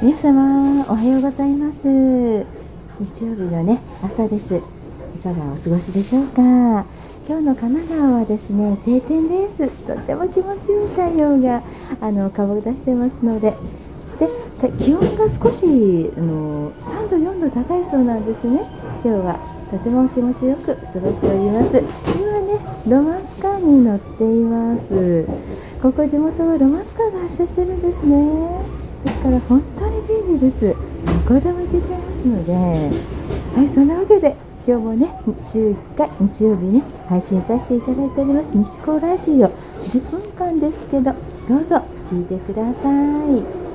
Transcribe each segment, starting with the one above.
皆様おはようございます。日曜日のね朝です。いかがお過ごしでしょうか。今日の神奈川はですね晴天です。とっても気持ちよい太陽が顔を出してますので、気温が少し3度4度高いそうなんですね。今日はとても気持ちよく過ごしております。今ねロマンスカーに乗っています。ここ地元はロマンスカーが発車してるんですね。ですから本当に便利です。どこでも行けちゃいますので、はい、そんなわけで今日もね週1回日曜日ね配信させていただいております西高ラジオ10分間ですけど、どうぞ聞いてください。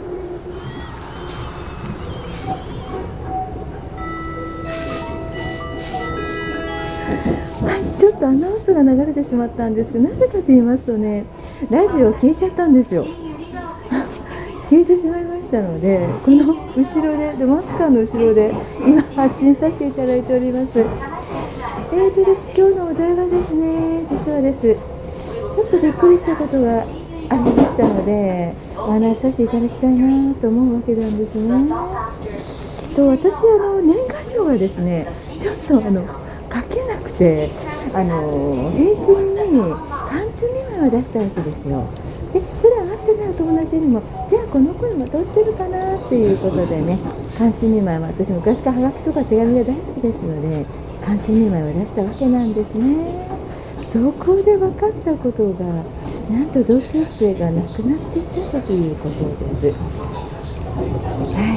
はい、ちょっとアナウンスが流れてしまったんですけど、なぜかと言いますとね、ラジオ消えちゃったんですよ。消えてしまいましたので、この後ろで、マスカーの後ろで今発信させていただいております。今日のお題はですね、実はです。ちょっとびっくりしたことがありましたので、お話しさせていただきたいなと思うわけなんですね。私年賀状がですね、ちょっと書けなくて、返信に寒中見舞いを出したわけですよ。で、普段会ってないお友達にも、じゃあこの子にもどうしてるかなっていうことでね、寒中見舞いは私昔からハガキとか手紙が大好きですので、寒中見舞いを出したわけなんですね。そこで分かったことが、なんと同級生が亡くなっていたということです。はい、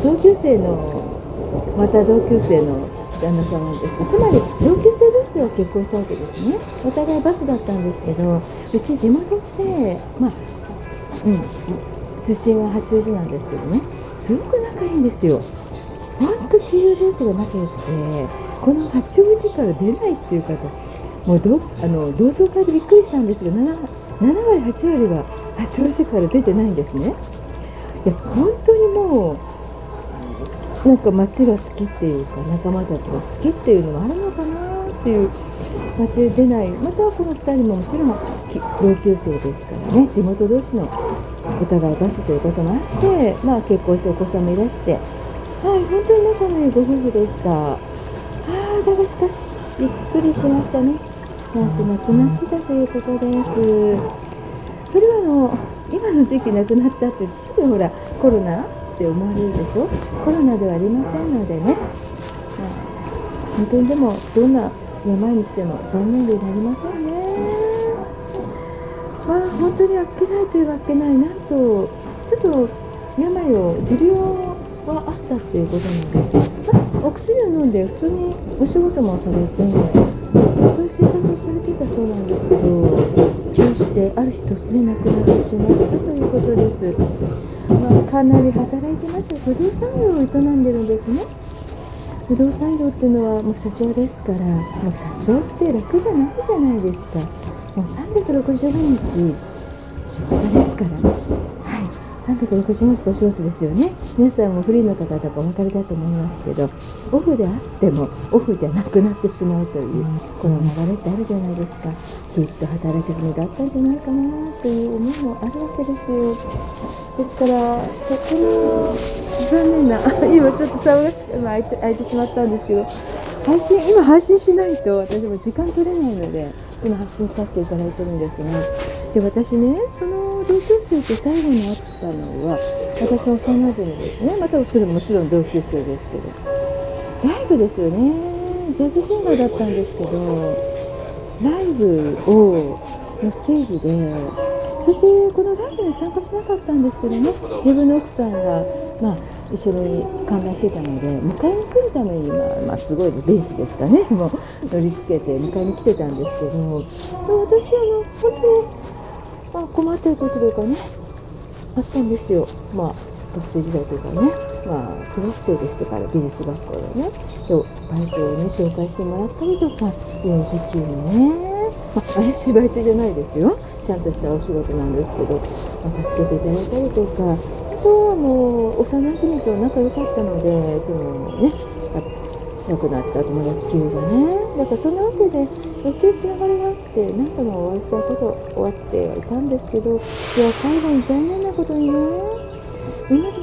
同級生のまた同級生の旦那さんなんですが、つまり同級生同士は結婚したわけですね。お互いバスだったんですけど、うち地元って、出身は八王子なんですけどね、すごく仲いいんですよ。ほんと企業同士が仲良くて、この八王子から出ないっていう方、もう同窓会でびっくりしたんですが、7割8割は八王子から出てないんですね。いや本当にもうなんか街が好きっていうか、仲間たちが好きっていうのもあるのかなっていう、街で出ない。またこの2人ももちろん同級生ですからね、地元同士のお互いバスということもあって、結婚してお子さんもいらして、はい、本当に仲のいいご夫婦でした。だがしかしびっくりしましたね。なんと亡くなってたということです。それは今の時期亡くなったってすぐほらコロナって思われるでしょ。コロナではありませんのでね、本当にでもどんな病にしても残念でなりませんね。本当にあっけないというあっけない、なんとちょっと持病はあったっていうことなんです。お薬を飲んで普通にお仕事もされて、そういう生活をされていたそうなんですけど、急してある日突然亡くなってしまったということです。かなり働いてまして、不動産業を営んでるんですね。不動産業っていうのはもう社長ですから、もう社長って楽じゃないじゃないですか。もう365日仕事ですから、はい、365日お仕事ですよね。皆さんもフリーの方とかお分かりだと思いますけど、オフであってもオフじゃなくなってしまうというこの流れってあるじゃないですか。きっと働き済みだったんじゃないかなという思いもあるわけですよ。ですからとても残念な今ちょっと騒がしく開いてしまったんですけど、今配信しないと私も時間取れないので今発信させていただいてるんですが、で私ね、その同級生と最後に会ったのは私の幼馴染ですね。またそれもちろん同級生ですけど、ライブですよね。ジャズシンガーだったんですけど、ライブのステージで、そしてこのライブに参加しなかったんですけどね、自分の奥さんが一緒に観覧してたので迎えに来るためにすごいベンチですかね、もう乗りつけて迎えに来てたんですけど、私本当に困っている時とかねあったんですよ。学生時代とかね、苦学生でしたから美術学校でね、バイトをね紹介してもらったりとか、幼児期にね、怪しいバイトじゃないですよ、ちゃんとしたお仕事なんですけど、助けていただいたりとか、あとはもう幼馴染と仲良かったので、亡くなった友達級がね、だからそんなわけで余計つながりがあって何度もお会いしたこと終わってはいたんですけど、いや最後に残念なことにね、今でも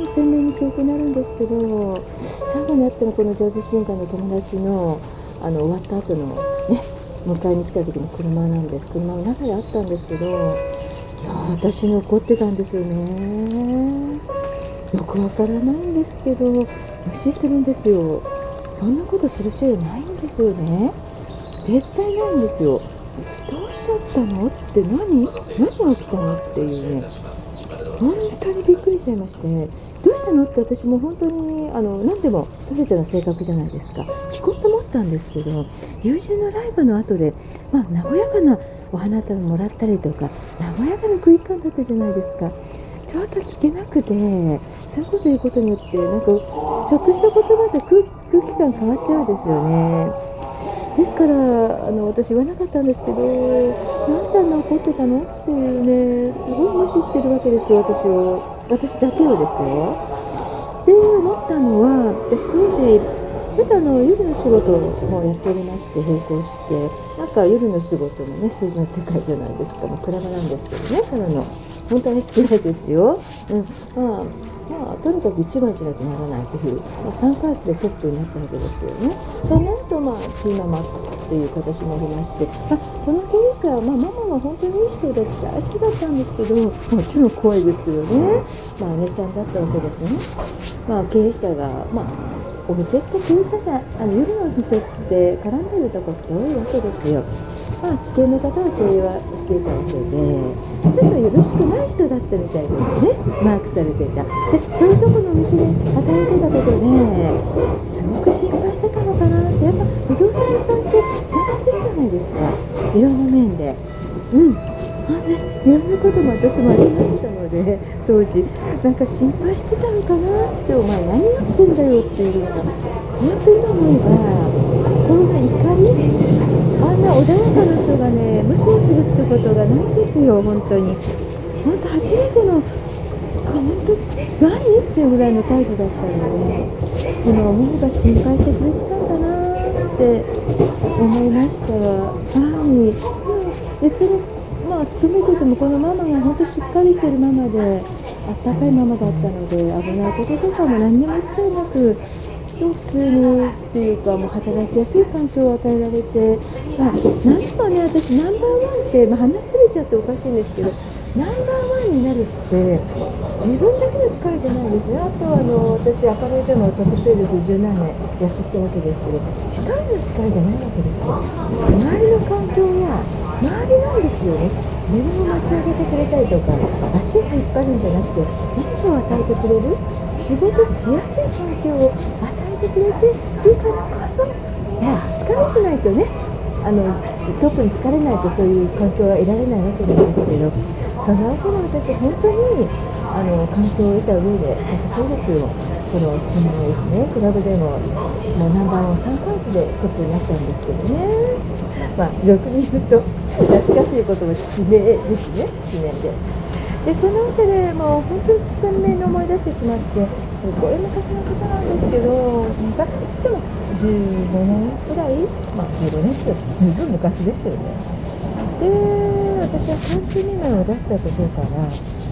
の記憶になるんですけど、最後に会ったのこのジョージシンガーの友達の終わった後のね、迎えに来た時の車なんです。車の中で会ったんですけど、いや私に怒ってたんですよね。よくわからないんですけど無視するんですよ。そんなことする必要ないんですよね。絶対ないんですよ。どうしちゃったのって何が起きたのっていうね、本当にびっくりしちゃいまして、どうしたのって私も本当に何でもストレートな性格じゃないですか。聞こうと思ったんですけど、友人のライブの後で、和やかなお花束もらったりとか、和やかな空気感だったじゃないですか。ちょっと聞けなくて、そういうこと言うことによってなんかちょっとした言葉で空気感変わっちゃうんですよね。ですから私言わなかったんですけど、なんであんな怒ってたのっていうね、すごい無視してるわけですよ、私だけをですよ。で思ったのは、私当時ちょっと夜の仕事もやっておりまして、並行してなんか夜の仕事もね、数字の世界じゃないですか。もうクラブなんですけどね、ただの本当に好きなんですよ。とにかく一番じゃなくならないという、3クラスでトップになったわけですよね。その後、チーママっていう形もありまして、この経営者は、ママは本当にいい人です。大好きだったんですけど、もちろん怖いですけどね、姉さんだったわけですね。経営者が、お店って経営者が夜のお店って絡んでるとこって多いわけですよ。地形の方は経営はしていたわけで、だからよろしくない人だったみたいですね、マークされていた。で、そういうところのお店で働いてたことですごく心配してたのかなって。やっぱ不動産屋さんってつながってるじゃないですか、いろんな面で。いろんなことも私もありましたので、当時なんか心配してたのかなって、お前何やってんだよっていうのが、本当に今思えばこんな怒り、あんな穏やかな人がね、無視をするってことがないんですよ、本当に。本当初めての、本当何っていうぐらいの態度だったので、今思えば心配してくれてたんだなって思いましたが、別に勤めててもこのママが本当しっかりしてるママで、あったかいママだったので、危ないこととかも何にも一切なく、普通にっていうか、もう働きやすい環境を与えられて、何かね、私ナンバーワンって、話しすぎちゃっておかしいんですけど、ナンバーワンになるって自分だけの力じゃないですね。あと私アパレルでもトップセールス17年やってきたわけですけど、一人の力じゃないわけですよ。周りの環境や周りなんですよね。自分を持ち上げてくれたりとか、足を引っ張るんじゃなくて、何かを与えてくれる、仕事しやすい環境を与えてくれているからこそ、疲れてないとね、特に疲れないとそういう環境は得られないわけなんですけど、そのわけで私本当に環境を得た上でトップセールスをこのチームですね、クラブでももうナンバーワン3ヶ月でトップになったんですけどね。俗に言うと懐かしいことも指名ですね、指名でそのわけでもう本当に鮮明に思い出してしまって、すごい昔のことなんですけど、昔といっても15年くらい、15年ってずいぶん昔ですよね。で私は寒中見舞いを出したことから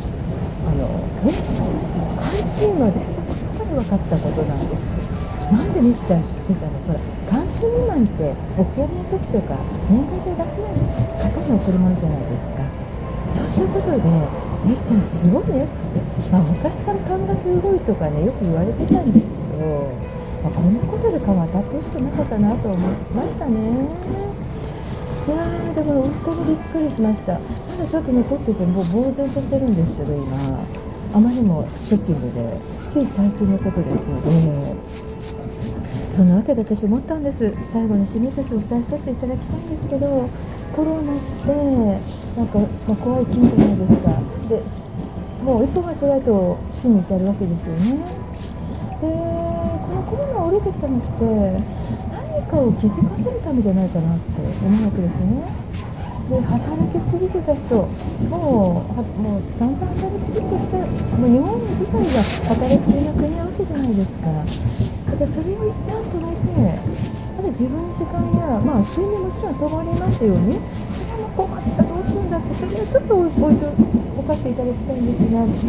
寒中見舞いを出したことから分かったことなんですよ。なんでみっちゃん知ってたの？ほら、寒中見舞いってお悔やみの時とか年賀状出せない方に贈るものじゃないですか。そういうことでみっちゃんすごいねって、昔から勘がすごいとかね、よく言われてたんですけど、こんなことで勘は当たってほしくなかったなと思いましたね。いやー、だから本当にびっくりしました。まだちょっと残っててもう呆然としてるんですけど、今あまりにもショッキングで、つい最近のことですので、そんなわけで私思ったんです。最後に締めとしてお伝えさせていただきたいんですけど、コロナってなんか、怖い菌じゃないですか。でもう一歩間違えると死に至るわけですよね。でこのコロナを降りてきたのって何かを気づかせるためじゃないかなって思うわけですね。で働きすぎてた人、もう散々働きすぎてきた、もう日本自体が働きすぎの国なわけじゃないですか。だからそれを一旦捉えて、自分の時間や、睡眠もちろんともりますよね。それも困った、どうするんだって、それはちょっと置いておかせていただきたいんですが、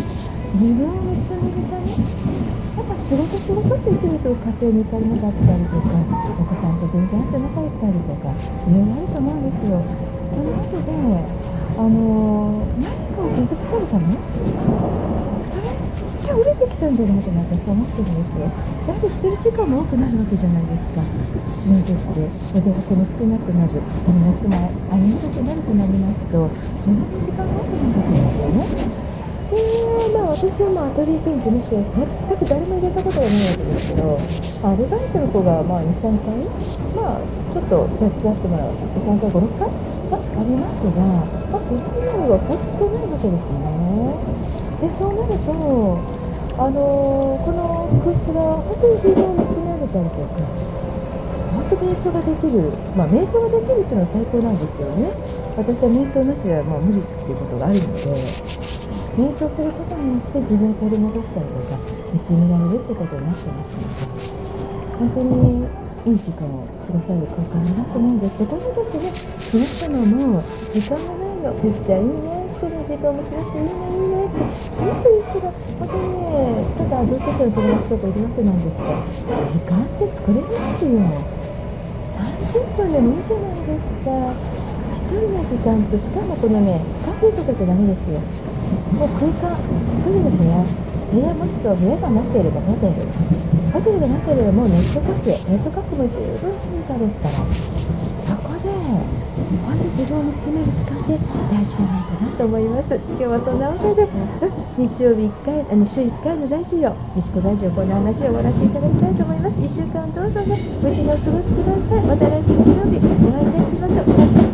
自分を見つめるため、やっぱ仕事って言ってると家庭に行かれなかったりとか、お子さんと全然会ってなかったりとか、いろいろあると思うんですよ。その中で何かを気づかされたの、それって売れてきたんじゃないかなと私は思ってるんですよ。だってしてる時間も多くなるわけじゃないですか。必然としてお出かけも少なくなる、いろんな人も会いにくくなるとなりますと、自分の時間が多くなるわけですよね。私はアトリエ兼事務所全く誰も入れたことがないわけですけど、アルバイトの子が2、3回、ちょっと手伝ってもらう、2、3回、5、6回はありますが、それ以外は本当ないわけですね。で、そうなると、このクスが本当に自分を見つめ上げたりとか、本当瞑想ができる、瞑想ができるっていうのは最高なんですけどね。私は瞑想なしではもう無理っていうことがあるので、瞑想することによって自分を取り戻したりとか見つめられるってことになってますので、本当にいい時間を過ごされる空間になってないんで、そこにですね、クリスチャンも時間がないの、めっちゃいいね、一人の時間も過ごしていいねってすごくいい人が本当にね、ただ同居者の友達とかいるわけなんですが、時間って作れますよ。30分でもいいじゃないですか。一人の時間って、しかもこのね、カフェとかじゃダメですよ。もう空間、一人の部屋もしくは部屋がなければホテルがなければもうネットカフェも十分静かですから、そこで本当に自分を見つめる時間で大事じゃないかなと思います。今日はそんなわけで、日曜日1回、週1回のラジオ、みちこラジオ、この話を終わらせていただきたいと思います。1週間どうぞね、無事にお過ごしください。また来週日曜日お会いいたします。